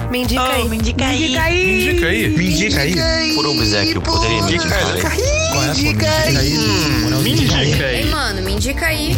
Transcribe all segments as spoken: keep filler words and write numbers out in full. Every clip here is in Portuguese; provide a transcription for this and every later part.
Me indica aí. Me indica aí. Me indica aí. Me indica aí. Por obséquio, poderia me indicar? Me indica aí. Me indica aí. Ei, mano, me indica aí.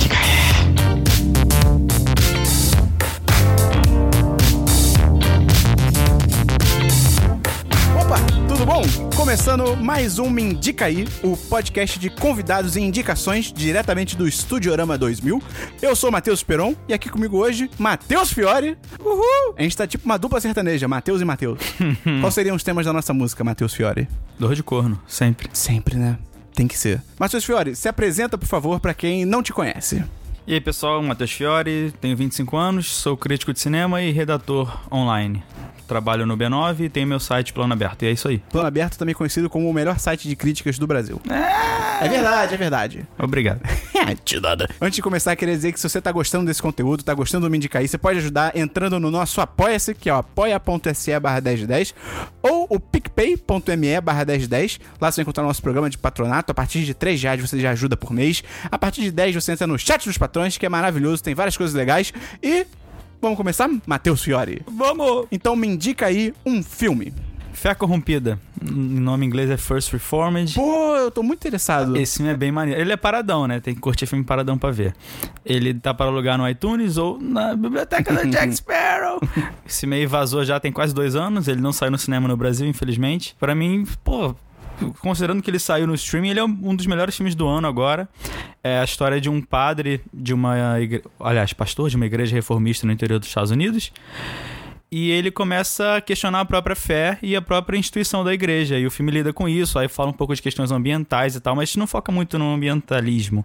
Opa, tudo bom? Começando mais um Me Indica Aí, o podcast de convidados e indicações diretamente do Estudiorama dois mil. Eu sou o Matheus Peron e aqui comigo hoje, Matheus Fiore. Uhul! A gente tá tipo uma dupla sertaneja, Matheus e Matheus. Quais seriam os temas da nossa música, Matheus Fiore? Dor de corno, sempre. Sempre, né? Tem que ser. Matheus Fiore, se apresenta, por favor, pra quem não te conhece. E aí, pessoal, Matheus Fiore, tenho vinte e cinco anos, sou crítico de cinema e redator online. Trabalho no B nove e tenho meu site Plano Aberto, e é isso aí. Plano Aberto, também conhecido como o melhor site de críticas do Brasil. É, é verdade, é verdade. Obrigado. De nada. Antes de começar, queria dizer que se você tá gostando desse conteúdo, tá gostando do Me Indica Aí, você pode ajudar entrando no nosso Apoia-se, que é o apoia.se barra dez dez, ou o picpay.me barra dez dez. Lá você vai encontrar o nosso programa de patronato. A partir de três reais você já ajuda por mês. A partir de dez você entra no chat dos patrões, que é maravilhoso, tem várias coisas legais. E vamos começar? Matheus Fiore. Vamos! Então me indica aí um filme. Fé Corrompida. Em nome inglês é First Reformed. Pô, eu tô muito interessado. Esse filme é bem maneiro. Ele é paradão, né? Tem que curtir filme paradão pra ver. Ele tá para alugar no iTunes ou na biblioteca da Jack Sparrow. Esse meio vazou já tem quase dois anos. Ele não saiu no cinema no Brasil, infelizmente. Pra mim, pô... Considerando que ele saiu no streaming, ele é um dos melhores filmes do ano agora. É a história de um padre de uma igreja... Aliás, pastor de uma igreja reformista no interior dos Estados Unidos. E ele começa a questionar a própria fé e a própria instituição da igreja. E o filme lida com isso, aí fala um pouco de questões ambientais e tal, mas não foca muito no ambientalismo.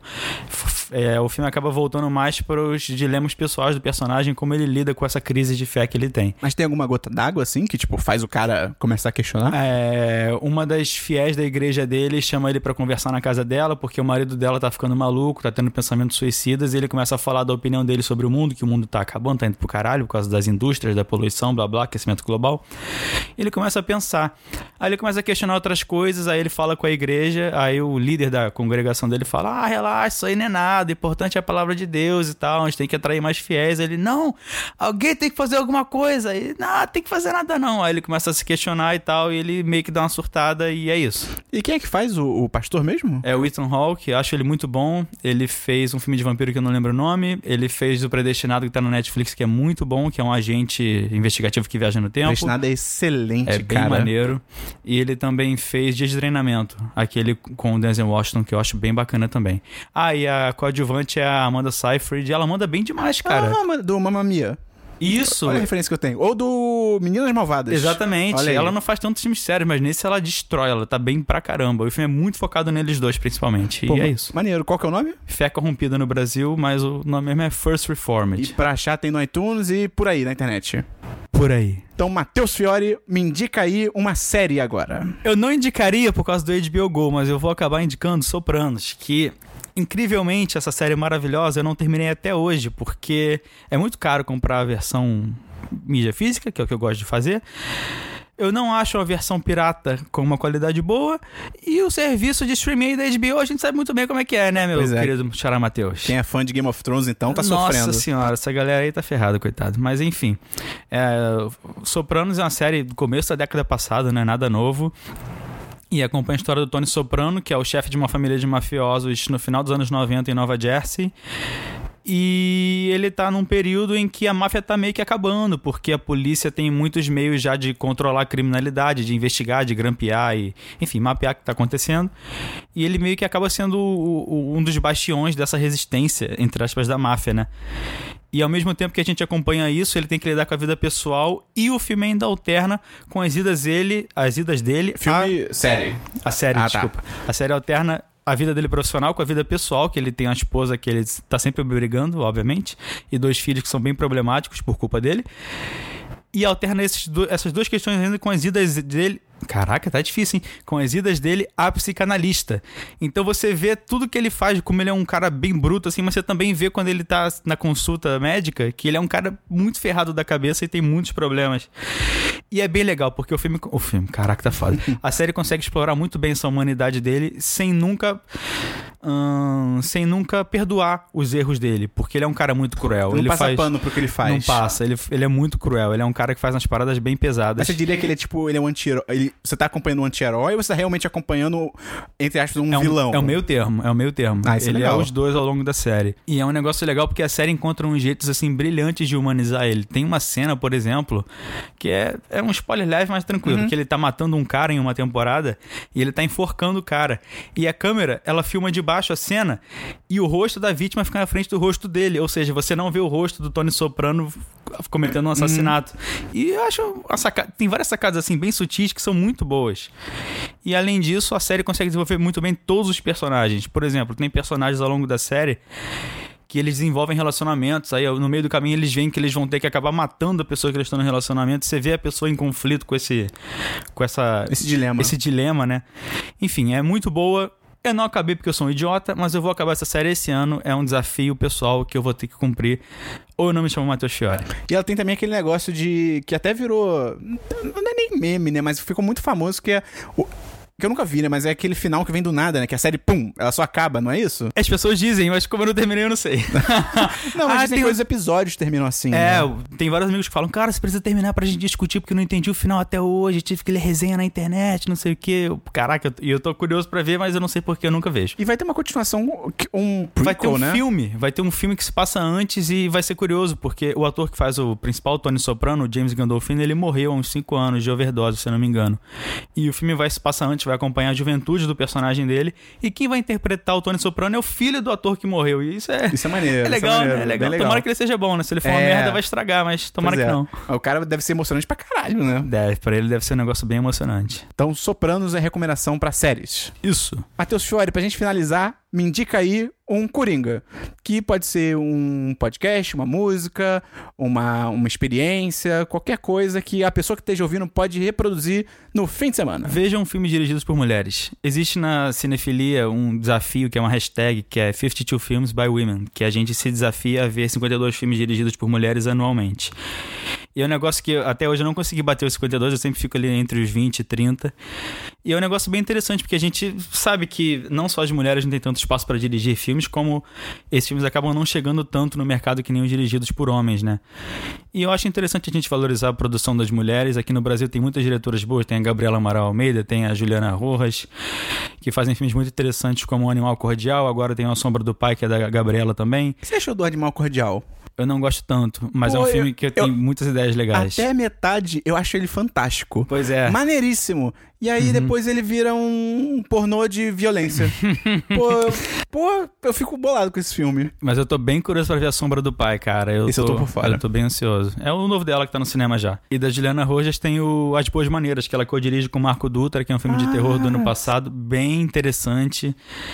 É, o filme acaba voltando mais para os dilemas pessoais do personagem, como ele lida com essa crise de fé que ele tem. Mas tem alguma gota d'água, assim, que tipo faz o cara começar a questionar? É, uma das fiéis da igreja dele chama ele pra conversar na casa dela, porque o marido dela tá ficando maluco, tá tendo pensamentos suicidas, e ele começa a falar da opinião dele sobre o mundo, que o mundo tá acabando, tá indo pro caralho por causa das indústrias, da poluição, blá blá, aquecimento global. Ele começa a pensar. Aí ele começa a questionar outras coisas, aí ele fala com a igreja, aí o líder da congregação dele fala: ah, relaxa, isso aí não é nada, o importante é a palavra de Deus e tal, a gente tem que atrair mais fiéis. Aí ele: não, alguém tem que fazer alguma coisa. Aí, não, tem que fazer nada não. Aí ele começa a se questionar e tal, e ele meio que dá uma surtada, e é isso. E quem é que faz o, o pastor mesmo? É o Ethan Hawke, acho ele muito bom. Ele fez um filme de vampiro que eu não lembro o nome. Ele fez o Predestinado, que tá no Netflix, que é muito bom, que é um agente investigativo que viaja no tempo. Predestinado é excelente, é cara. É bem maneiro. E ele também fez Dia de Treinamento, aquele com o Denzel Washington, que eu acho bem bacana também. Ah, e a coadjuvante é a Amanda Seyfried, e ela manda bem demais, cara. Ah, do Mamma Mia. Isso. Olha a referência que eu tenho. Ou do Meninas Malvadas. Exatamente. Ela não faz tantos filmes sérios, mas nesse ela destrói, ela tá bem pra caramba. O filme é muito focado neles dois, principalmente. Pô, e é isso. Maneiro. Qual que é o nome? Fé Corrompida no Brasil, mas o nome mesmo é First Reformed. E pra achar tem no iTunes e por aí, na internet. Por aí. Então, Matheus Fiore, me indica aí uma série agora. Eu não indicaria por causa do H B O Go, mas eu vou acabar indicando Sopranos, que... Incrivelmente, essa série maravilhosa eu não terminei até hoje, porque é muito caro comprar a versão mídia física, que é o que eu gosto de fazer. Eu não acho a versão pirata com uma qualidade boa, e o serviço de streaming da H B O a gente sabe muito bem como é que é, né, meu pois querido é. Xará Matheus? Quem é fã de Game of Thrones, então, tá Nossa sofrendo. Nossa senhora, essa galera aí tá ferrada, coitado. Mas enfim, é, Sopranos é uma série do começo da década passada, não é nada novo. E acompanha a história do Tony Soprano, que é o chefe de uma família de mafiosos no final dos anos noventa em Nova Jersey. E ele tá num período em que a máfia tá meio que acabando, porque a polícia tem muitos meios já de controlar a criminalidade, de investigar, de grampear e, enfim, mapear o que tá acontecendo. E ele meio que acaba sendo o, o, um dos bastiões dessa resistência, entre aspas, da máfia, né? E ao mesmo tempo que a gente acompanha isso, ele tem que lidar com a vida pessoal, e o filme ainda alterna com as idas dele, as idas dele... Filme... A, série. A série, ah, desculpa. Tá. A série alterna a vida dele profissional com a vida pessoal, que ele tem uma esposa que ele tá sempre brigando, obviamente, e dois filhos que são bem problemáticos por culpa dele. E alterna esses do, essas duas questões ainda com as idas dele... Caraca, tá difícil, hein? Com as idas dele a psicanalista. Então você vê tudo que ele faz, como ele é um cara bem bruto, assim, mas você também vê quando ele tá na consulta médica, que ele é um cara muito ferrado da cabeça e tem muitos problemas. E é bem legal, porque o filme... O filme, caraca, tá foda. A série consegue explorar muito bem essa humanidade dele sem nunca... Hum, sem nunca perdoar os erros dele, porque ele é um cara muito cruel. Não ele passa faz... pano pro que ele faz. Não passa, ele, ele é muito cruel. Ele é um cara que faz umas paradas bem pesadas. Mas você diria que ele é tipo, ele é um anti-herói. Ele... Você tá acompanhando um anti-herói ou você tá realmente acompanhando, entre aspas, um, é um vilão? É o meio termo, é o meio termo. Ah, isso é ele legal. é os dois ao longo da série. E é um negócio legal porque a série encontra uns jeitos assim brilhantes de humanizar ele. Tem uma cena, por exemplo, que é, é um spoiler leve, mas tranquilo, Uhum. que ele tá matando um cara em uma temporada e ele tá enforcando o cara. E a câmera, ela filma de baixo a cena e o rosto da vítima fica na frente do rosto dele. Ou seja, você não vê o rosto do Tony Soprano cometendo um assassinato. Uhum. E eu acho... A saca... Tem várias sacadas assim bem sutis que são muito boas. E além disso, a série consegue desenvolver muito bem todos os personagens. Por exemplo, tem personagens ao longo da série que eles desenvolvem relacionamentos, aí no meio do caminho eles veem que eles vão ter que acabar matando a pessoa que eles estão no relacionamento, você vê a pessoa em conflito com esse com essa Esse dilema. esse dilema, né? Enfim, é muito boa. Eu não acabei porque eu sou um idiota, mas eu vou acabar essa série esse ano. É um desafio pessoal que eu vou ter que cumprir. Ou eu não me chamo Matheus Fiore. E ela tem também aquele negócio de... Que até virou... Não é nem meme, né? Mas ficou muito famoso, que é... O... Que eu nunca vi, né? Mas é aquele final que vem do nada, né? Que a série, pum, ela só acaba, não é isso? As pessoas dizem, mas como eu não terminei, eu não sei. Não, mas Ah, dizem tem que os episódios terminam assim, É, né? tem vários amigos que falam, cara, você precisa terminar pra gente discutir, porque eu não entendi o final até hoje, tive que ler resenha na internet, não sei o quê. Eu, caraca, e eu tô curioso pra ver, mas eu não sei porque eu nunca vejo. E vai ter uma continuação, um prequel, Vai ter um né? filme, vai ter um filme que se passa antes e vai ser curioso, porque o ator que faz o principal, Tony Soprano, o James Gandolfini, ele morreu há uns cinco anos de overdose, se eu não me engano. E o filme vai se passar antes, vai acompanhar a juventude do personagem dele, e quem vai interpretar o Tony Soprano é o filho do ator que morreu, e isso é... Isso é maneiro. É legal, isso é maneiro, né? É legal. bem legal. Tomara que ele seja bom, né? Se ele for uma É. merda, vai estragar, mas tomara Pois que é. não. O cara deve ser emocionante pra caralho, né? Deve, pra ele deve ser um negócio bem emocionante. Então, Sopranos é recomendação pra séries. Isso. Matheus Fiore, pra gente finalizar, me indica aí um Coringa, que pode ser um podcast, uma música, uma, uma experiência, qualquer coisa que a pessoa que esteja ouvindo pode reproduzir no fim de semana. Vejam filmes dirigidos por mulheres. Existe na cinefilia um desafio que é uma hashtag, que é cinquenta e dois Films by Women, que a gente se desafia a ver cinquenta e dois filmes dirigidos por mulheres anualmente. E é um negócio que eu, até hoje eu não consegui bater os cinquenta e dois, eu sempre fico ali entre os vinte e trinta. E é um negócio bem interessante, porque a gente sabe que não só as mulheres não têm tanto espaço para dirigir filmes, como esses filmes acabam não chegando tanto no mercado que nem os dirigidos por homens, né? E eu acho interessante a gente valorizar a produção das mulheres. Aqui no Brasil tem muitas diretoras boas, tem a Gabriela Amaral Almeida, tem a Juliana Rojas, que fazem filmes muito interessantes como O Animal Cordial, agora tem A Sombra do Pai, que é da Gabriela também. O que você achou do Animal Cordial? Eu não gosto tanto, mas Pô, é um filme eu- que tem eu- muitas ideias legais. Até a metade eu acho ele fantástico. Pois é. Maneiríssimo. E aí depois ele vira um pornô de violência. pô, pô, eu fico bolado com esse filme. Mas eu tô bem curioso pra ver A Sombra do Pai, cara. Eu Esse eu tô por fora. Eu tô bem ansioso. É o novo dela que tá no cinema já. E da Juliana Rojas tem o As Boas Maneiras, que ela co-dirige com o Marco Dutra, que é um filme de Ah. terror do ano passado. Bem interessante.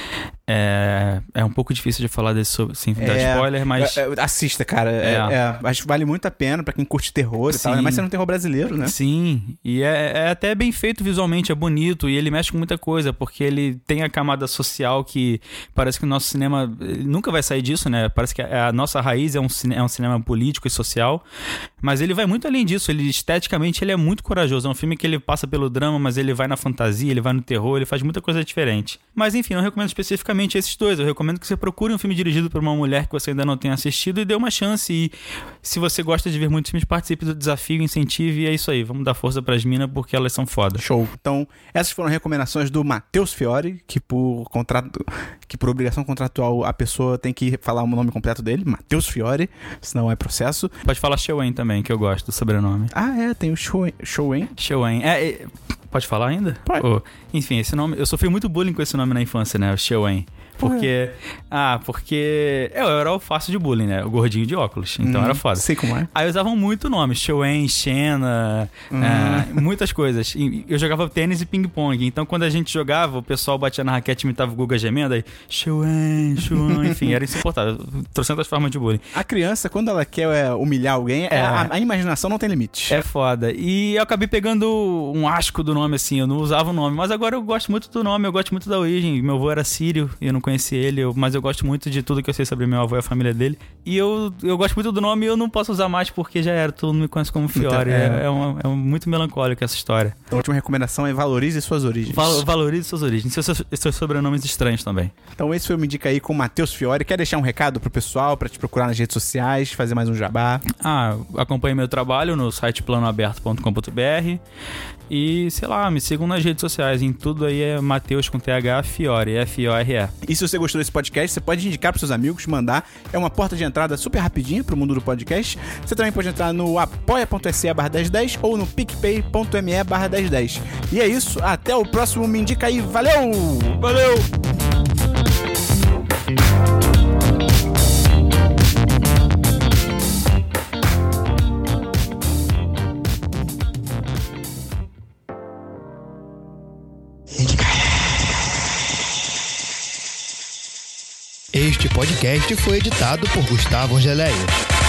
É, é um pouco difícil de falar desse sobre- sem dar É, spoiler, mas... é, é, assista, cara. É, É. é, acho que vale muito a pena pra quem curte terror e tal. Sim. Mas você não é um terror brasileiro, né? Sim, e é, é até bem feito visualmente, é bonito, e ele mexe com muita coisa, porque ele tem a camada social que parece que o nosso cinema ele nunca vai sair disso, né? Parece que a, a nossa raiz é um, cine- é um cinema político e social, mas ele vai muito além disso, ele esteticamente ele é muito corajoso, é um filme que ele passa pelo drama, mas ele vai na fantasia, ele vai no terror, ele faz muita coisa diferente. Mas enfim, não recomendo especificamente esses dois, eu recomendo que você procure um filme dirigido por uma mulher que você ainda não tenha assistido e dê uma chance, e se você gosta de ver muitos filmes, participe do desafio, incentive, e é isso aí, vamos dar força pras minas porque elas são foda. Show. Então, essas foram recomendações do Matheus Fiore, que por contrato, que por obrigação contratual a pessoa tem que falar o nome completo dele, Matheus Fiore, senão é processo. Pode falar Showen também, que eu gosto do sobrenome. Ah, é, tem o Show, show hein? Showen. É, é, pode falar ainda? Pode. Oh, enfim, esse nome, eu sofri muito bullying com esse nome na infância, né? O Showen. Porque. Ah, porque. Eu era o fácil de bullying, né? O gordinho de óculos. Então Hum, era foda. Sei como é. Aí usavam muito nome, Showen, Xena, é, muitas coisas. E eu jogava tênis e ping-pong. Então quando a gente jogava, o pessoal batia na raquete e imitava o Guga gemendo, aí Showen, Showen, enfim, era insuportável. Trocentas formas de bullying. A criança, quando ela quer é, humilhar alguém, É. a, a imaginação não tem limite. É foda. E eu acabei pegando um asco do nome, assim. Eu não usava o nome. Mas agora eu gosto muito do nome, eu gosto muito da origem. Meu avô era sírio e eu não conhecia conheci ele, eu, mas eu gosto muito de tudo que eu sei sobre meu avô e a família dele. E eu, eu gosto muito do nome e eu não posso usar mais porque já era, todo mundo me conhece como Fiore. Então, é. É, é, uma, é muito melancólico essa história. A última recomendação é valorize suas origens. Val, valorize suas origens, seus, seus sobrenomes estranhos também. Então esse foi o Me Indica Aí com o Matheus Fiore. Quer deixar um recado pro pessoal, pra te procurar nas redes sociais, fazer mais um jabá? Ah, acompanhe meu trabalho no site plano aberto ponto com ponto b r e, sei lá, me sigam nas redes sociais. Em tudo aí é Matheus com T H Fiore, F O R E. E se você gostou desse podcast, você pode indicar pros seus amigos, mandar. É uma porta de entrada super rapidinha pro mundo do podcast. Você também pode entrar no apoia.se barra dez dez ou no picpay.me barra dez dez. E é isso, até o próximo Me Indica Aí. Valeu! Valeu! Este podcast foi editado por Gustavo Angeléia.